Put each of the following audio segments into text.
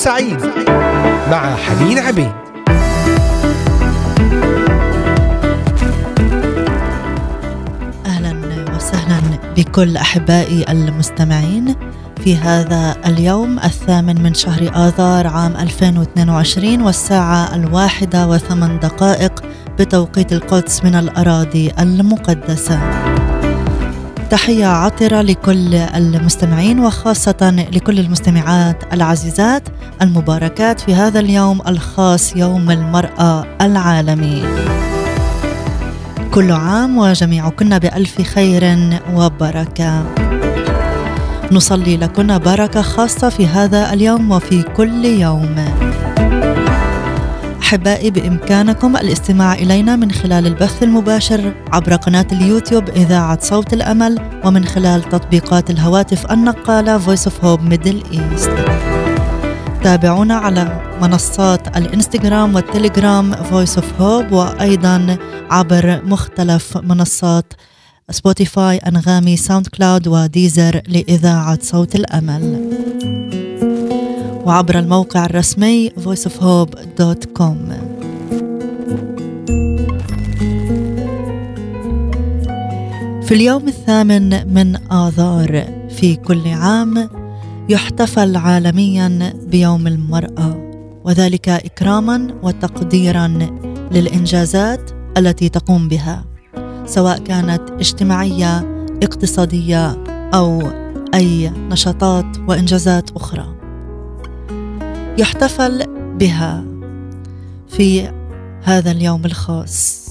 سعيد مع حنين عبيد. أهلا وسهلا بكل أحبائي المستمعين في هذا اليوم 8 من شهر آذار عام 2022 والساعة 1:08 بتوقيت القدس من الأراضي المقدسة. تحية عطرة لكل المستمعين وخاصة لكل المستمعات العزيزات المباركات في هذا اليوم الخاص يوم المرأة العالمي. كل عام وجميعكن بألف خير وبركة. نصلي لكن بركة خاصة في هذا اليوم وفي كل يوم. أحبائي، بإمكانكم الاستماع إلينا من خلال البث المباشر عبر قناة اليوتيوب إذاعة صوت الأمل ومن خلال تطبيقات الهواتف النقالة Voice of Hope Middle East. تابعونا على منصات الإنستغرام والتليجرام Voice of Hope، وأيضا عبر مختلف منصات سبوتيفاي، أنغامي، ساوند كلاود وديزر لإذاعة صوت الأمل، وعبر الموقع الرسمي voiceofhope.com. في اليوم 8 من آذار في كل عام يحتفل عالميا بيوم المرأة، وذلك إكراما وتقديرا للإنجازات التي تقوم بها، سواء كانت اجتماعية، اقتصادية أو أي نشاطات وإنجازات أخرى يحتفل بها في هذا اليوم الخاص.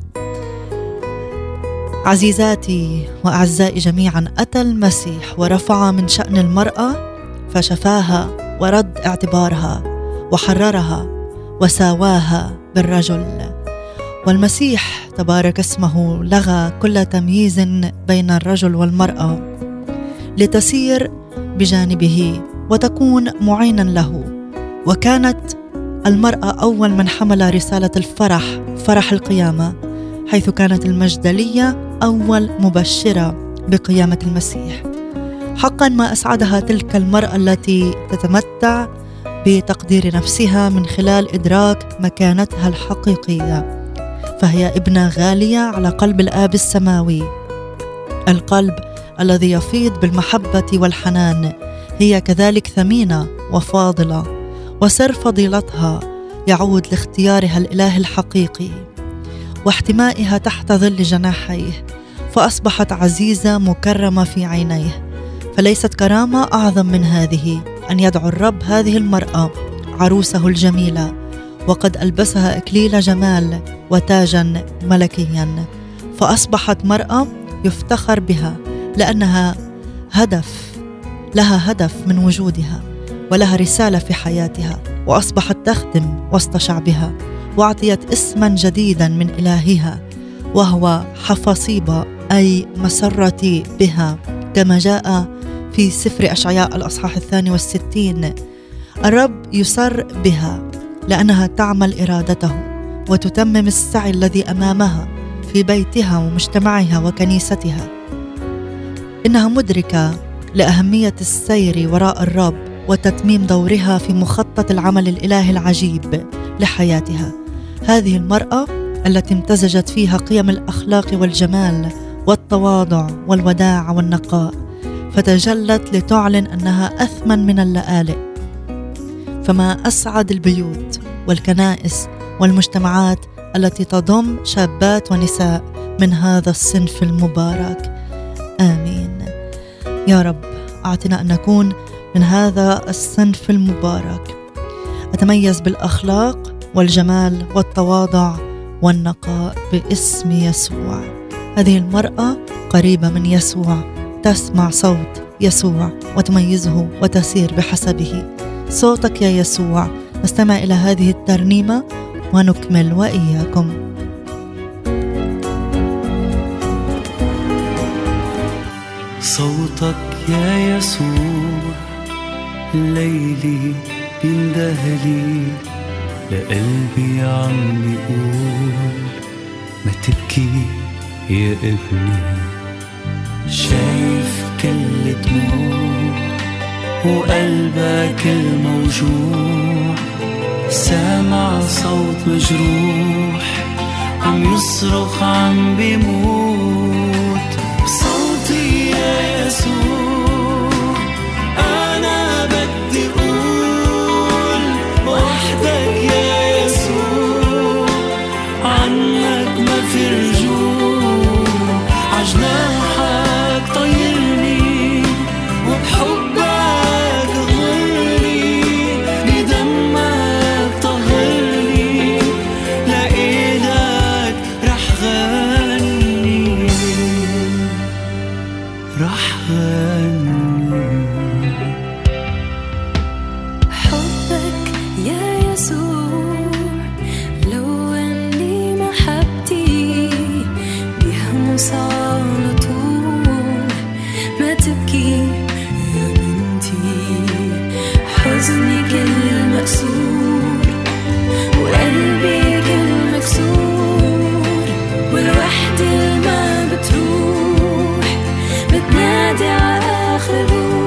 عزيزاتي وأعزائي جميعا، أتى المسيح ورفع من شأن المرأة فشفاها ورد اعتبارها وحررها وساواها بالرجل. والمسيح تبارك اسمه لغى كل تمييز بين الرجل والمرأة لتسير بجانبه وتكون معينا له. وكانت المرأة أول من حمل رسالة الفرح، فرح القيامة، حيث كانت المجدلية أول مبشرة بقيامة المسيح. حقا ما أسعدها تلك المرأة التي تتمتع بتقدير نفسها من خلال إدراك مكانتها الحقيقية، فهي ابنة غالية على قلب الآب السماوي، القلب الذي يفيض بالمحبة والحنان. هي كذلك ثمينة وفاضلة، وسر فضيلتها يعود لاختيارها الإله الحقيقي واحتمائها تحت ظل جناحيه، فأصبحت عزيزة مكرمة في عينيه. فليست كرامة أعظم من هذه أن يدعو الرب هذه المرأة عروسه الجميلة وقد ألبسها إكليل جمال وتاجا ملكيا، فأصبحت مرأة يفتخر بها لأنها لها هدف من وجودها ولها رسالة في حياتها، وأصبحت تخدم وسط شعبها، وأعطيت اسما جديدا من إلهها وهو حفاصيبة، أي مسرتي بها، كما جاء في سفر أشعياء الأصحاح 62. الرب يسر بها لأنها تعمل إرادته وتتمم السعي الذي أمامها في بيتها ومجتمعها وكنيستها. إنها مدركة لأهمية السير وراء الرب وتتميم دورها في مخطط العمل الإلهي العجيب لحياتها. هذه المرأة التي امتزجت فيها قيم الأخلاق والجمال والتواضع والوداع والنقاء، فتجلت لتعلن أنها أثمن من اللآلئ. فما أسعد البيوت والكنائس والمجتمعات التي تضم شابات ونساء من هذا الصنف المبارك. آمين. يا رب أعطنا أن نكون من هذا الصنف المبارك، أتميز بالأخلاق والجمال والتواضع والنقاء باسم يسوع. هذه المرأة قريبة من يسوع، تسمع صوت يسوع وتميزه وتسير بحسبه. صوتك يا يسوع. نستمع إلى هذه الترنيمة ونكمل وإياكم. صوتك يا يسوع ليلي بيندهلي لقلبي عم بيقول ما تبكي يا ابني. شايف كل دموع وقلبك الموجوع سامع صوت مجروح عم يصرخ عم بيموت بصوتي يا يسوع أنا بدي أقول وحدك يا يسوع عنك ما في رجوع عجناحك طيرني وبحبك غرني بدمك طهرني لإلك رح غني رح غني حبك يا يسوع لوني محبتي بيهمس على طول ما تبكي يا بنتي حزني كل مكسور وقلبي كل مكسور والوحدة ما بتروح بتنادي على آخر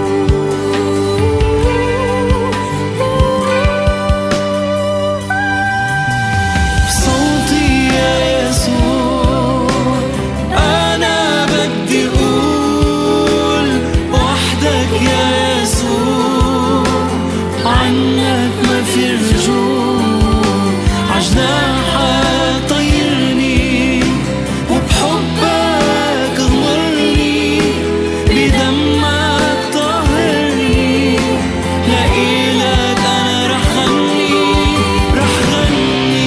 بصوتي يا يسوع أنا بدي أقول وحدك يا يسوع عنك ما في رجوع عجناحك طيرني وبحبك غمرني بدمك طهرني لإلك أنا رح غني رح غني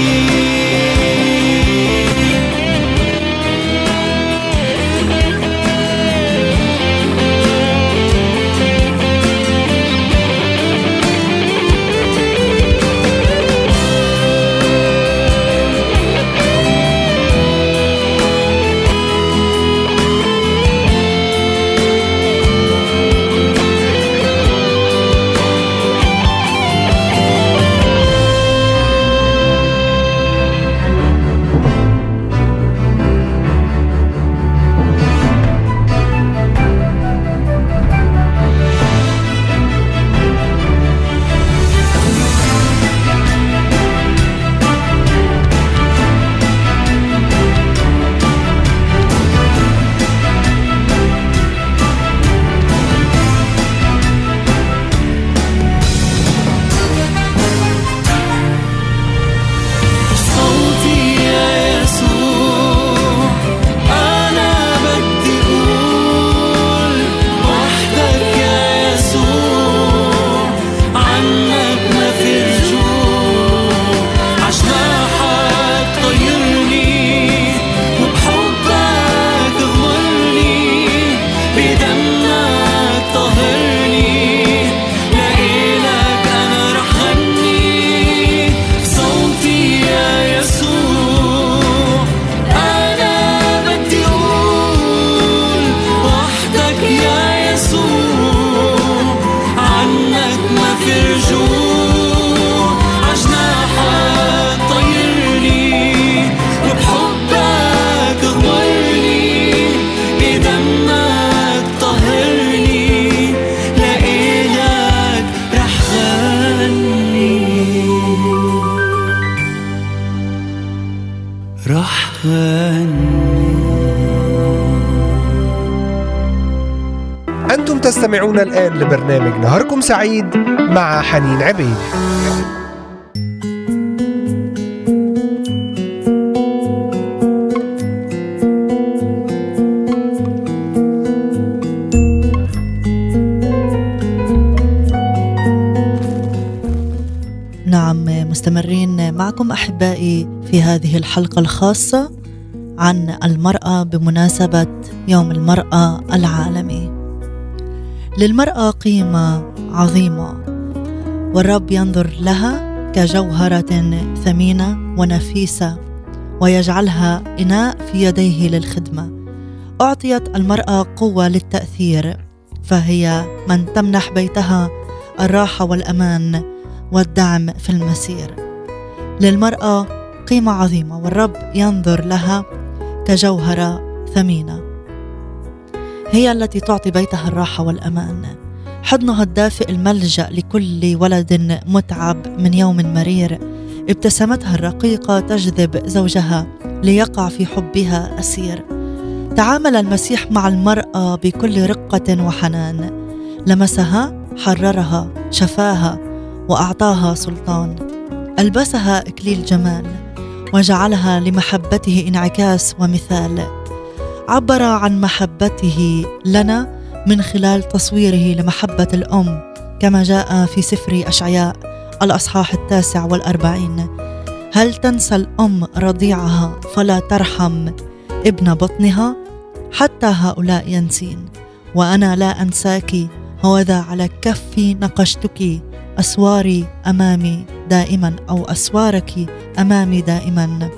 صوتي يا يسوع أنا بدي أقول وحدك يا يسوع عنك ما في رجوع عجناحك طيرني وبحبك غمرني بدمك طهرني لإلك أنا رح غني صوتي يا يسوع أنا بدي أقول وحدك يا يسوع عنك ما في رجوع عجناحك طيرني وبحبك غمرني بدمك طهرني لإلك رح غني رح غني أنتم تستمعون الآن لبرنامج نهاركم سعيد مع حنين عبيد. نعم، مستمرين معكم أحبائي في هذه الحلقة الخاصة عن المرأة بمناسبة يوم المرأة العالمي. للمرأة قيمة عظيمة والرب ينظر لها كجوهرة ثمينة ونفيسة ويجعلها إناء في يديه للخدمة. أعطيت المرأة قوة للتأثير، فهي من تمنح بيتها الراحة والأمان والدعم في المسير. للمرأة قيمة عظيمة والرب ينظر لها كجوهرة ثمينة، هي التي تعطي بيتها الراحة والأمان، حضنها الدافئ الملجأ لكل ولد متعب من يوم مرير. ابتسامتها الرقيقة تجذب زوجها ليقع في حبها أسير. تعامل المسيح مع المرأة بكل رقة وحنان، لمسها، حررها، شفاها، وأعطاها سلطان. ألبسها إكليل جمال وجعلها لمحبته انعكاس ومثال. عبر عن محبته لنا من خلال تصويره لمحبة الأم كما جاء في سفر أشعياء الأصحاح 49. هل تنسى الأم رضيعها فلا ترحم ابن بطنها؟ حتى هؤلاء ينسين، وأنا لا أنساك، هوذا على كفي نقشتك، أسواري أمامي دائما، أو أسوارك أمامي دائما.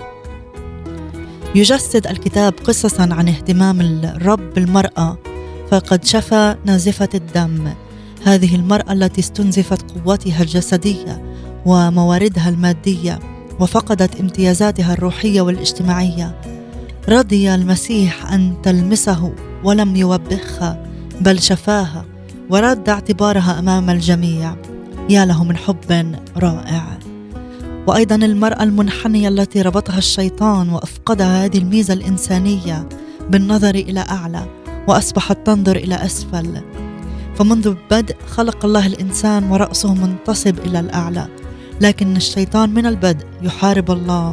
يجسد الكتاب قصصا عن اهتمام الرب بالمرأة، فقد شفى نازفة الدم، هذه المرأة التي استنزفت قوتها الجسدية ومواردها المادية وفقدت امتيازاتها الروحية والاجتماعية. رضي المسيح أن تلمسه ولم يوبخها، بل شفاها ورد اعتبارها أمام الجميع. يا له من حب رائع. وأيضا المرأة المنحنية التي ربطها الشيطان وأفقدها هذه الميزة الإنسانية بالنظر إلى أعلى، وأصبحت تنظر إلى أسفل. فمنذ بدء خلق الله الإنسان ورأسه منتصب إلى الأعلى، لكن الشيطان من البدء يحارب الله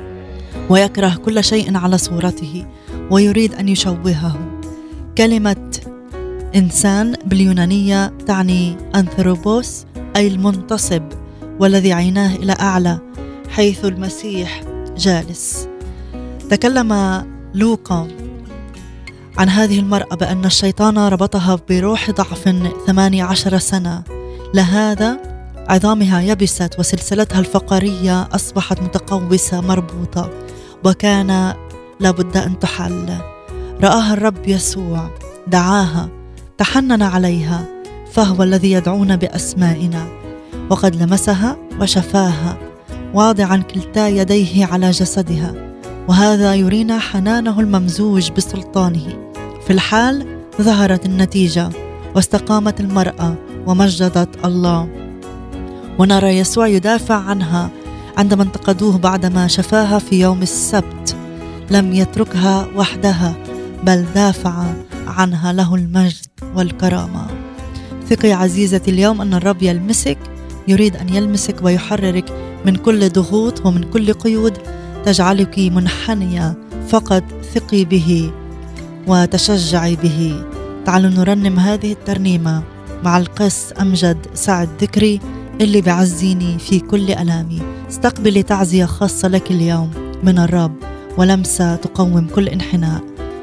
ويكره كل شيء على صورته ويريد أن يشوهه. كلمة إنسان باليونانية تعني أنثروبوس، أي المنتصب والذي عيناه إلى أعلى، حيث المسيح جالس. تكلم لوقا عن هذه المرأة بأن الشيطان ربطها بروح ضعف 18 سنة، لهذا عظامها يبست وسلسلتها الفقرية أصبحت متقوسة مربوطة، وكان لابد أن تحل. رآها الرب يسوع، دعاها، تحنن عليها، فهو الذي يدعونا بأسمائنا، وقد لمسها وشفاها واضعا كلتا يديه على جسدها، وهذا يرينا حنانه الممزوج بسلطانه. في الحال ظهرت النتيجة واستقامت المرأة ومجدت الله. ونرى يسوع يدافع عنها عندما انتقدوه بعدما شفاها في يوم السبت، لم يتركها وحدها بل دافع عنها، له المجد والكرامة. ثقي عزيزتي اليوم أن الرب يلمسك، يريد أن يلمسك ويحررك من كل ضغوط ومن كل قيود تجعلك منحنية. فقط ثقي به وتشجعي به. تعالوا نرنم هذه الترنيمة مع القس أمجد سعد ذكري اللي بعزيني في كل ألامي. استقبلي تعزية خاصة لك اليوم من الرب ولمسة تقوم كل انحناء.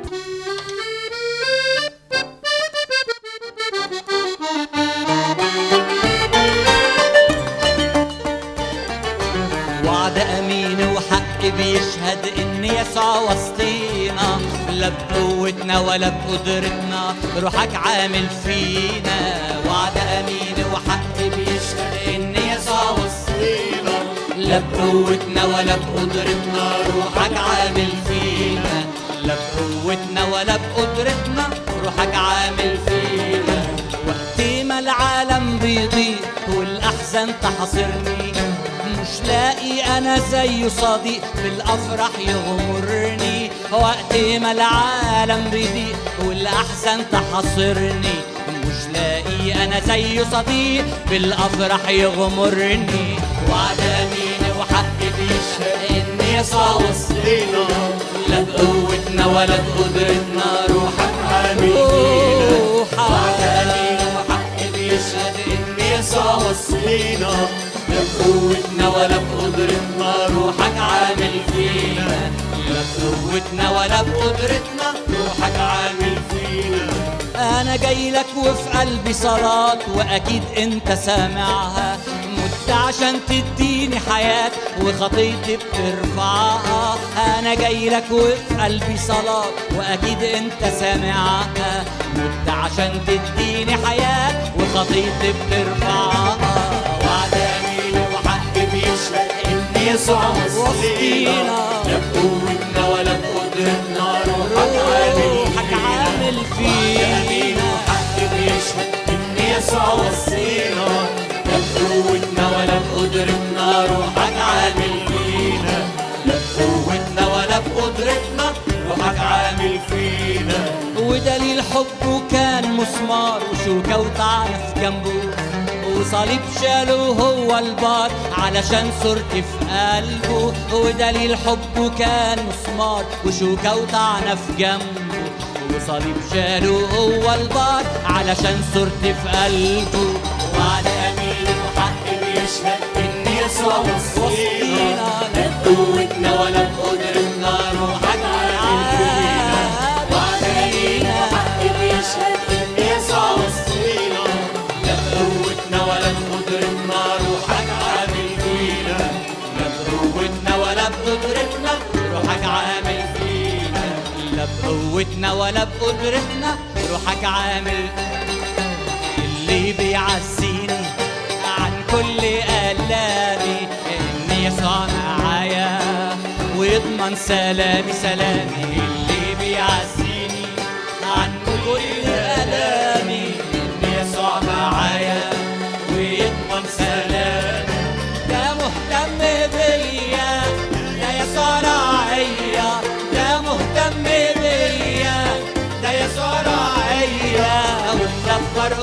وعد أمين وحق بيشهد إن يسوع وسطينا، لا بقوتنا ولا بقدرتنا روحك عامل فينا. وعد أمين وحق بيشهد إن يسوع وسطينا، لا بقوتنا ولا بقدرتنا روحك عامل فينا. لا بقوتنا ولا بقدرتنا روحك عامل فينا. وقت ما العالم بيضيق والأحزان تحاصرني، مش لاقي أنا زيه صديق بالأفراح يغمرني. وقت ما العالم بيضيق والأحزان تحاصرني، مش لاقي أنا زيه صديق بالأفراح يغمرني. وعد أمين وحق بيشهد إن يسوع وسطينا، لا بقوتنا ولا بقدرتنا روحك عامل فينا. وعد أمين وحق بيشهد إن يسوع وسطينا، لا بقوتنا ولا بقدرتنا روحك عامل فينا. لا بقوتنا ولا بقدرتنا روحك عامل فينا. أنا جاي لك وفي قلبي صلاة وأكيد أنت سامعها، مت عشان تديني حياة وخطيتي بترفعها. أنا جاي لك وفي قلبي صلاة وأكيد أنت سامعها، مت عشان تديني حياة وخطيتي بترفعها. وعد أمين وحق بيشهد إن يسوع وسطينا، لا بقوتنا ولا بقدرتنا روحك عامل فينا. وعد أمين وحق بيشهد إن يسوع وصينا، لا بقوتنا ولا بقدرتنا روحك عامل فينا، لا بقوتنا ولا بقدرتنا روحك عامل فينا. ودليل حبه كان مسمار وشوكة وطعن في جنبه، وصليب شاله هو البار علشان صورتي في قلبه. ودليل حبه كان مسمار وشوكة وطعن في جنبه، وصليب شاله هو البار علشان صورتي في قلبه. وعد أمين وحق بيشهد إن يسوع وصينا، لا بقوتنا ولا بقدرتنا روحك عامل فينا. وعد أمين وحق بيشهد إن يسوع وصينا، لا بقوتنا ولا بقدرتنا روحك عامل فينا، لا بقوتنا ولا بقدرتنا روحك عامل فينا، لا بقوتنا ولا بقدرتنا روحك عامل. اللي بيعزيني عن كل آلامي إن يسوع معايا ويضمن سلامي سلامي. اللي بيعزيني عن كل آلامي إن يسوع معايا ويضمن سلامي. ده مهتم بيا، ده يسوع راعيا، ده مهتم بيا، ده يسوع راعيا ومدبر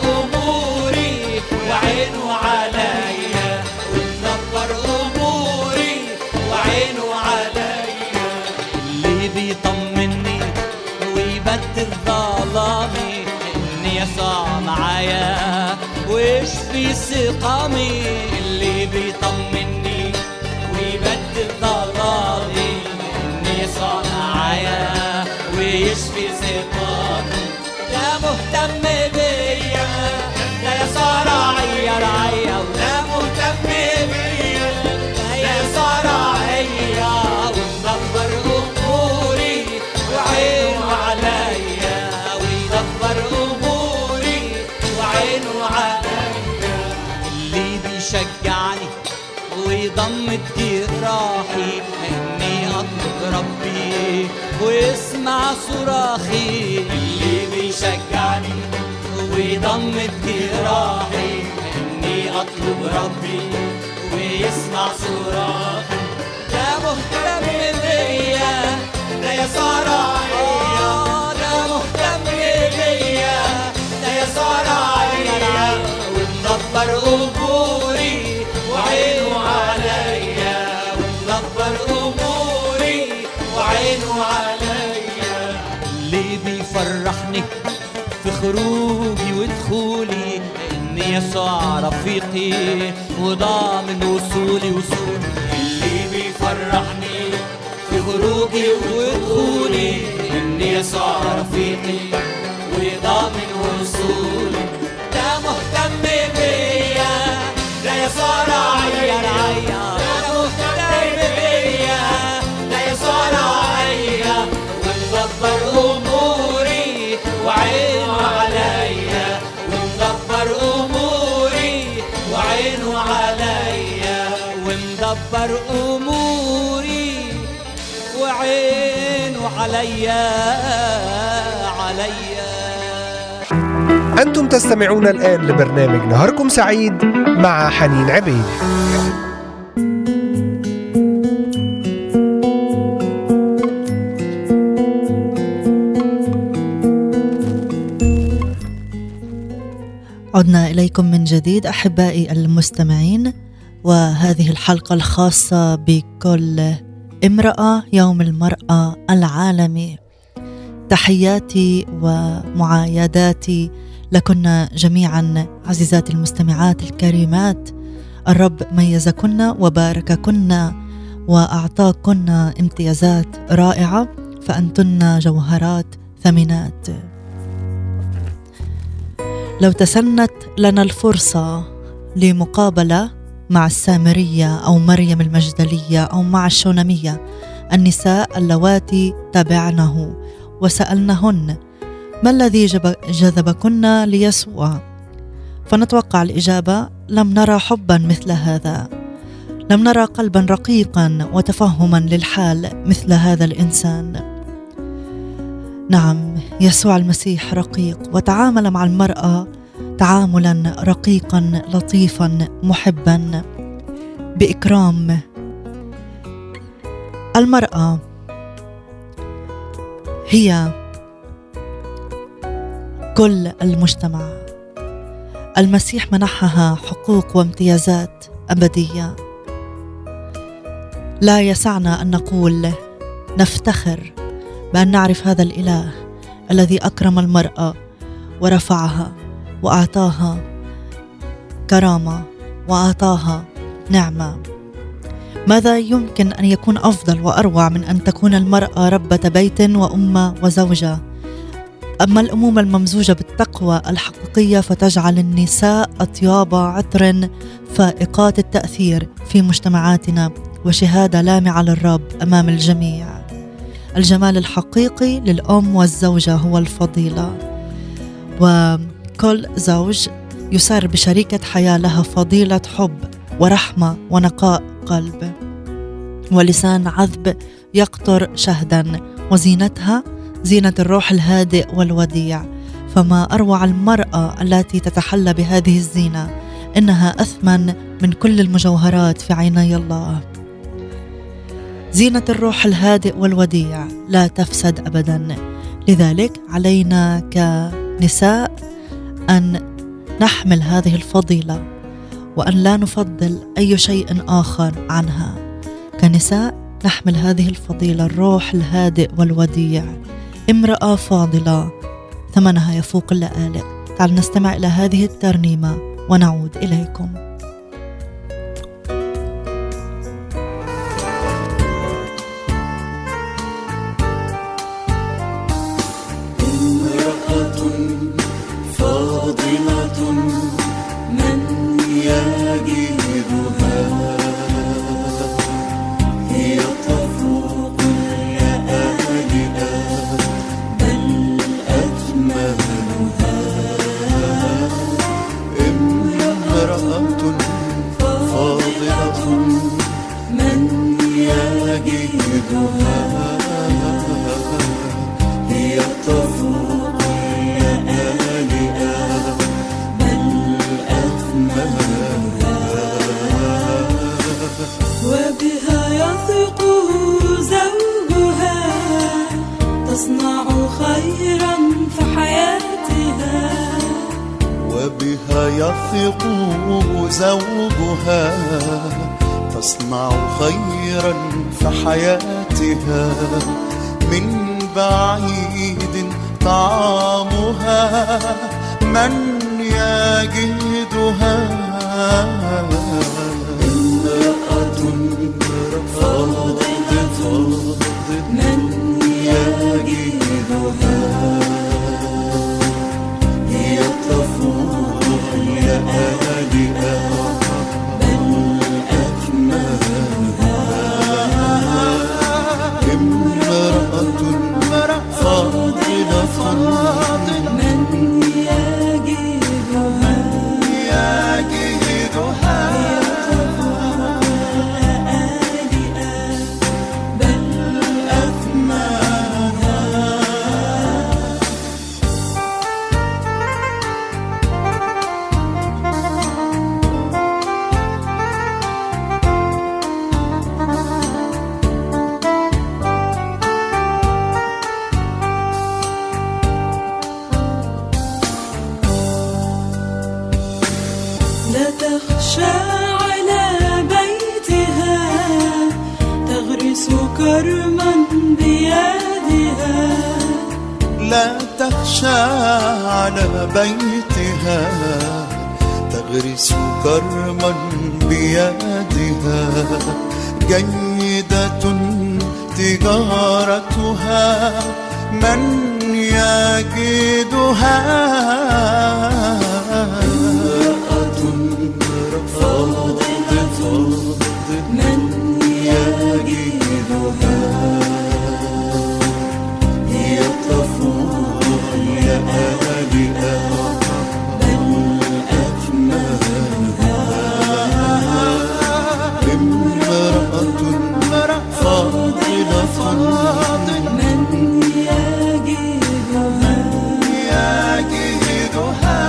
أموري وعينه عليا، ومدبر أموري وعينه عليا. اللي بيطمني ويبدل ظلامي إن يسوع معايا ويشفي سقامي. اللي بيطمني ويبدل ظلامي إن يسوع معايا ويشفي سقامي. ده مهتم بيا، ده يسوع راعيا راعيا، وده مهتم بيا، ده يسوع راعيا ومدبر أموري وعينه عليا، ويدبر أموري وعينه عليا. اللي بيشجعني ويضمد جراحي إني أطلب ربي ويسمع صراخي. اللي بيشجعني ويضمد جراحي إني أطلب ربي ويسمع صراخي. ده مهتم بيا، ده يسوع راعيا، ده مهتم بيا، ده يسوع راعيا ومدبر أموري وعينه عليا، ومدبر أموري وعينه عليا. اللي بيفرحني في خروجي ودخولي إن يسوع رفيقي وضامن وصولي وصولي. اللي بيفرحني في خروجي ودخولي إن يسوع رفيقي وضامن وصولي. ده مهتم بيا، ده يسوع راعيا راعيا، ده مهتم بيا، ده يسوع راعيا ومدبر أموري وعينه عليا، ومدبر أموري وعينه عليا، ومدبر أموري وعينه عليا عليا. أنتم تستمعون الآن لبرنامج نهاركم سعيد مع حنين عبيد. عدنا إليكم من جديد أحبائي المستمعين، وهذه الحلقة الخاصة بكل امرأة يوم المرأة العالمي. تحياتي ومعايداتي لكن جميعا عزيزاتي المستمعات الكريمات. الرب ميزكن وبارككن وأعطاكن امتيازات رائعة، فأنتن جوهرات ثمينات. لو تسنت لنا الفرصة لمقابلة مع السامرية أو مريم المجدلية أو مع الشونمية، النساء اللواتي تبعنه، وسألنهن ما الذي جذبكن ليسوع، فنتوقع الإجابة: لم نرى حبا مثل هذا، لم نرى قلبا رقيقا وتفهما للحال مثل هذا الإنسان. نعم، يسوع المسيح رقيق وتعامل مع المرأة تعاملا رقيقا لطيفا محبا بإكرام. المرأة هي كل المجتمع. المسيح منحها حقوق وامتيازات أبدية. لا يسعنا أن نقول نفتخر بأن نعرف هذا الإله الذي أكرم المرأة ورفعها وأعطاها كرامة وأعطاها نعمة. ماذا يمكن أن يكون أفضل وأروع من أن تكون المرأة ربة بيت وأم وزوجة؟ أما الأمومة الممزوجة بالتقوى الحقيقية فتجعل النساء أطياب عطر فائقات التأثير في مجتمعاتنا وشهادة لامعة للرب أمام الجميع. الجمال الحقيقي للأم والزوجة هو الفضيلة، وكل زوج يسر بشريكة حياة لها فضيلة حب ورحمة ونقاء قلب ولسان عذب يقطر شهدا، وزينتها زينة الروح الهادئ والوديع. فما أروع المرأة التي تتحلى بهذه الزينة، إنها أثمن من كل المجوهرات في عيني الله. زينة الروح الهادئ والوديع لا تفسد أبدا. لذلك علينا كنساء أن نحمل هذه الفضيلة وأن لا نفضل أي شيء آخر عنها. كنساء نحمل هذه الفضيلة، الروح الهادئ والوديع. امرأة فاضلة ثمنها يفوق اللآلئ. تعال نستمع إلى هذه الترنيمة ونعود إليكم. امرأة فاضلة من يجدها هي تفوق اللآلئ بل أثمنها. امرأة فاضلة من يجدها هي تفوق اللآلئ بل أثمنها. وبها يثق زوجها تصنع خيرا في حياتها. وبها يثق زوجها تصنع خيرا في حياتها. من بعيد طعامها من يجدها. امرأة فاضلة من يجدها هي تفوق اللآلئ بل أثمنها. امرأة فاضلة من يجدها بل أثمنها. لا تخشى على بيتها تغرس كرما بيدها. لا تخشى على بيتها تغرس كرما بيدها. جيدة تجارتها من يجدها. امرأة فاضلة من يجدها هي تفوق اللآلئ بل أثمنها. امرأة فاضلة من يجدها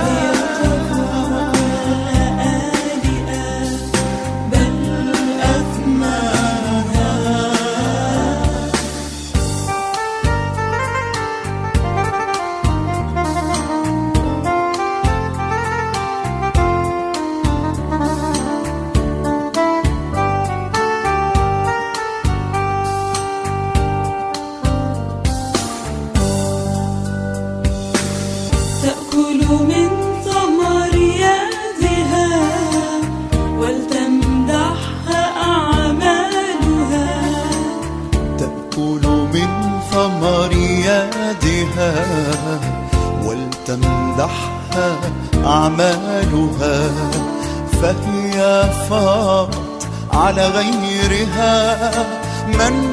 أعمالها، فهي فاضت على غيرها من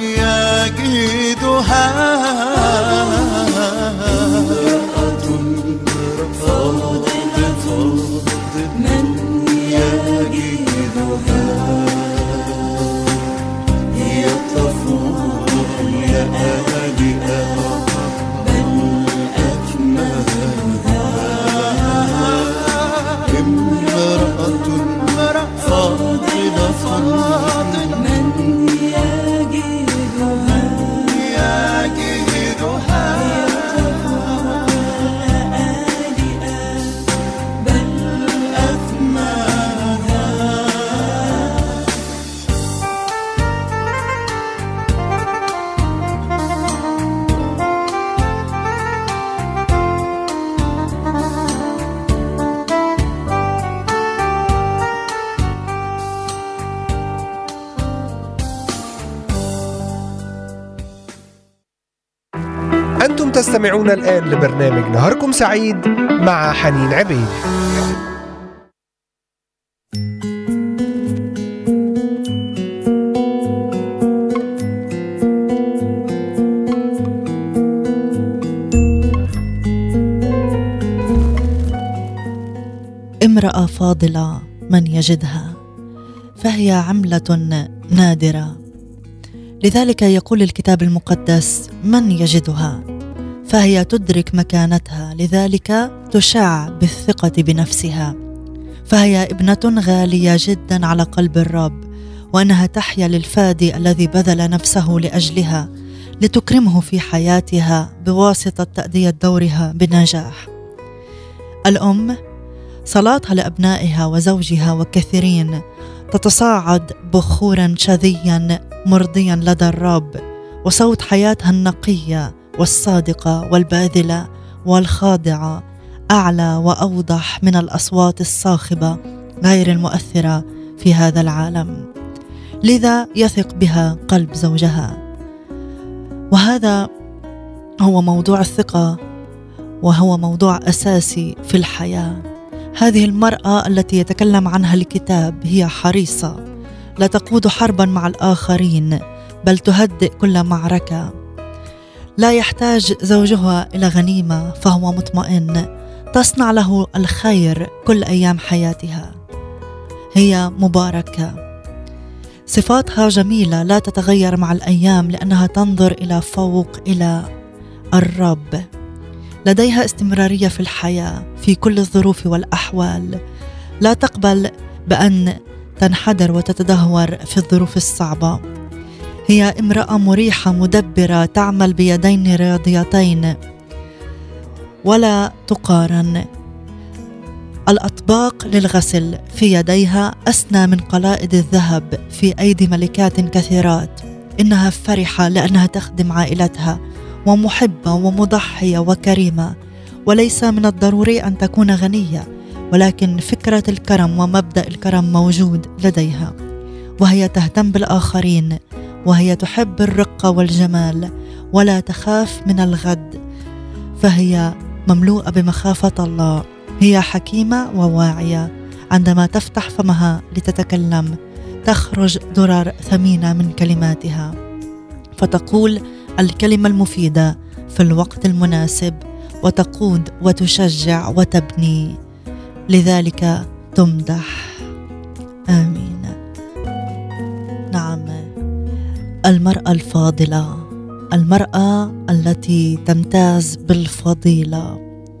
يجدها. امرأة فاضلة من يجدها، هي تفوق الليالي بل أكملها. امرأة فاضلة من يجدها، بل أثمرها. أنتم تستمعون الآن لبرنامج نهاركم سعيد مع حنين عبيد. امرأة فاضلة من يجدها، فهي عملة نادرة. لذلك يقول الكتاب المقدس: من يجدها؟ فهي تدرك مكانتها، لذلك تشع بالثقة بنفسها. فهي ابنة غالية جدا على قلب الرب، وأنها تحيا للفادي الذي بذل نفسه لأجلها لتكرمه في حياتها بواسطة تأدية دورها بنجاح. الأم صلاتها لأبنائها وزوجها وكثيرين تتصاعد بخورا شذيا مرضيا لدى الرب، وصوت حياتها النقية والصادقة والباذلة والخاضعة أعلى وأوضح من الأصوات الصاخبة غير المؤثرة في هذا العالم. لذا يثق بها قلب زوجها. وهذا هو موضوع الثقة، وهو موضوع أساسي في الحياة. هذه المرأة التي يتكلم عنها الكتاب هي حريصة، لا تقود حربا مع الآخرين بل تهدئ كل معركة. لا يحتاج زوجها إلى غنيمة فهو مطمئن، تصنع له الخير كل أيام حياتها. هي مباركة، صفاتها جميلة لا تتغير مع الأيام لأنها تنظر إلى فوق، إلى الرب. لديها استمرارية في الحياة في كل الظروف والأحوال، لا تقبل بأن تنحدر وتتدهور في الظروف الصعبة. هي امرأة مريحة مدبرة، تعمل بيدين رياضيتين ولا تقارن. الأطباق للغسل في يديها أسنى من قلائد الذهب في أيدي ملكات كثيرات. إنها فرحة لأنها تخدم عائلتها، ومحبة ومضحية وكريمة. وليس من الضروري أن تكون غنية، ولكن فكرة الكرم ومبدأ الكرم موجود لديها. وهي تهتم بالآخرين، وهي تحب الرقة والجمال، ولا تخاف من الغد، فهي مملوءة بمخافة الله. هي حكيمة وواعية، عندما تفتح فمها لتتكلم تخرج درر ثمينة من كلماتها، فتقول الكلمة المفيدة في الوقت المناسب، وتقود وتشجع وتبني، لذلك تمدح. آمين. نعم، المرأة الفاضلة، المرأة التي تمتاز بالفضيلة،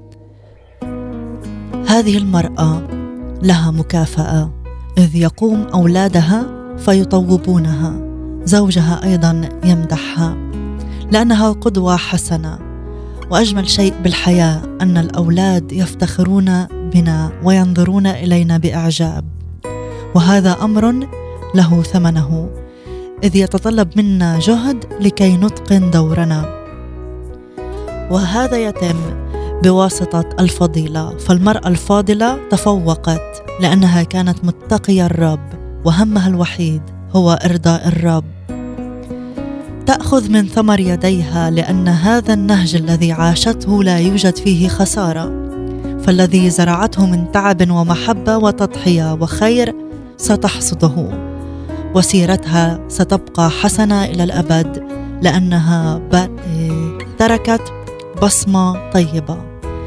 هذه المرأة لها مكافأة، إذ يقوم أولادها فيطوبونها، زوجها أيضا يمدحها لأنها قدوة حسنة. وأجمل شيء بالحياة أن الأولاد يفتخرون بنا وينظرون إلينا بإعجاب، وهذا أمر له ثمنه، إذ يتطلب منا جهد لكي نتقن دورنا، وهذا يتم بواسطة الفضيلة. فالمرأة الفاضلة تفوقت لأنها كانت متقية الرب، وهمها الوحيد هو إرضاء الرب. تأخذ من ثمر يديها، لأن هذا النهج الذي عاشته لا يوجد فيه خسارة، فالذي زرعته من تعب ومحبة وتضحية وخير ستحصده، وسيرتها ستبقى حسنة إلى الأبد، لأنها تركت بصمة طيبة،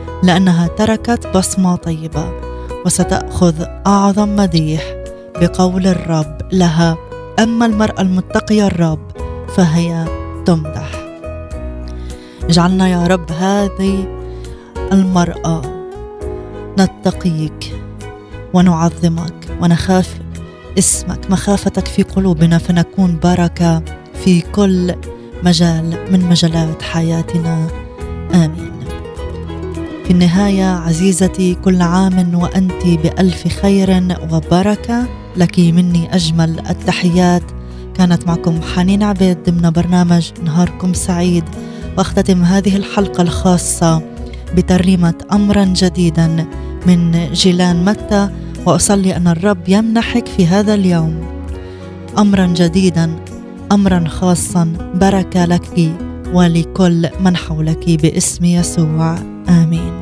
وستأخذ أعظم مديح بقول الرب لها: أما المرأة المتقية الرب فهي تمدح. اجعلنا يا رب هذه المرأة نتقيك ونعظمك ونخاف اسمك، مخافتك في قلوبنا، فنكون بركة في كل مجال من مجالات حياتنا. آمين. في النهاية عزيزتي، كل عام وأنت بألف خير وبركة، لك مني أجمل التحيات. كانت معكم حنين عبيد ضمن برنامج نهاركم سعيد، واختتم هذه الحلقة الخاصة بترنيمة أمرا جديدا من جيلان متى، وأصلي أن الرب يمنحك في هذا اليوم أمرا جديدا، أمرا خاصا، بركة لك ولكل من حولك باسم يسوع. آمين.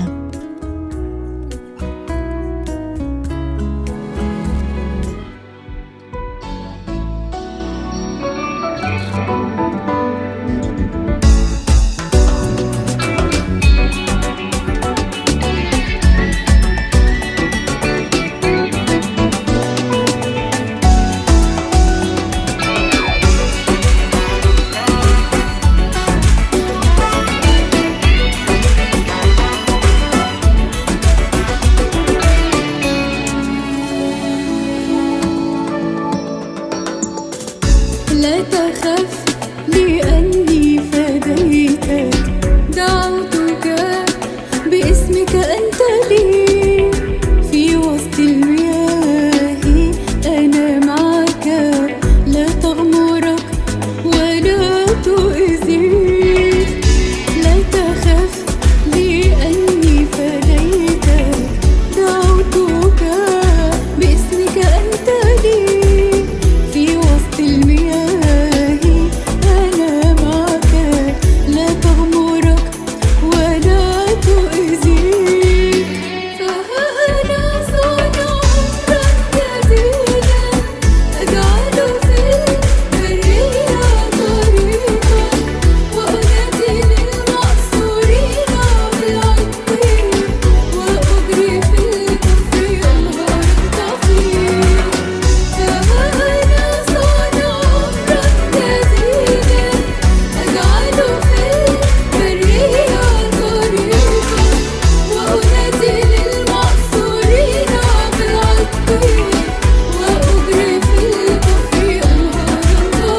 لا تخف لأني فديتك، دعوتك باسمك أنت لي، في وسط المياه أنا معك، لا تغمرك ولا تؤذيك. لا تخف لأني فديتك، دعوتك باسمك أنت لي، في وسط المياه أنا معك، لا تغمرك ولا تؤذيك. فأنا صانع أمرا جديدا، أجعل في البرية طريقا، وأنادي للمأسورين بالعتق، وأجري في الكفر أنهار الطفيل. فأنا صانع أمرا جديدا، أجعل في البرية طريقا، وأنادي للمأسورين بالعتق، وأجري في الكفر أنهار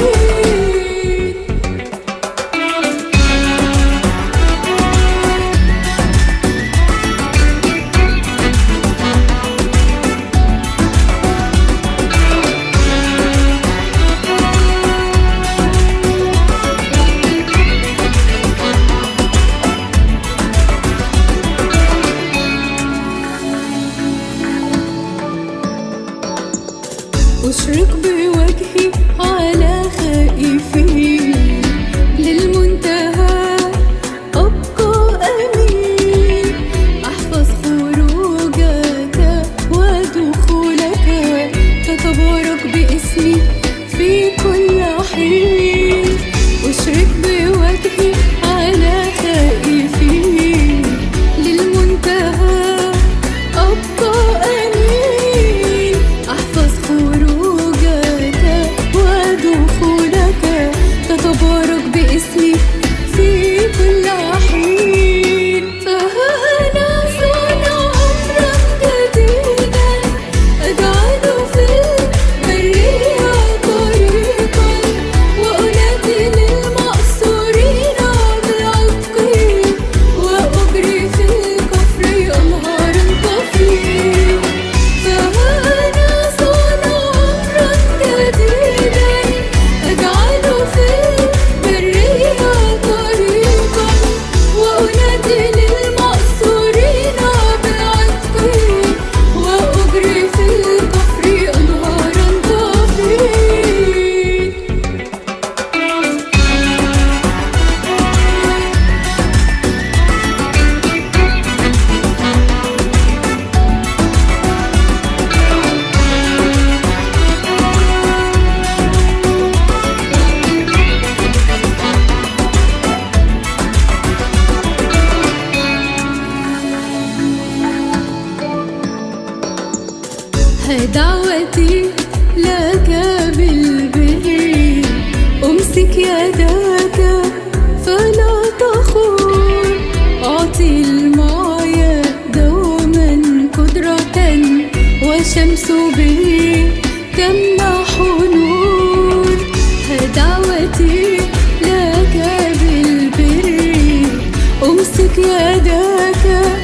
أشرق بوجهي على خائفين، للمنتهى أبقى أمين، أحفظ خروجك ودخولك، تتبارك باسمي في كل حين. أشرق بوجهي على خائفين، للمنتهى أبقى أمين، أحفظ خروجك دعوتي لك بالبر، أمسك يدك فلا تخون، أعطي المعيا دوما قدرة، وشمس بر تمنح نور. دعوتي لك بالبر، أمسك يدك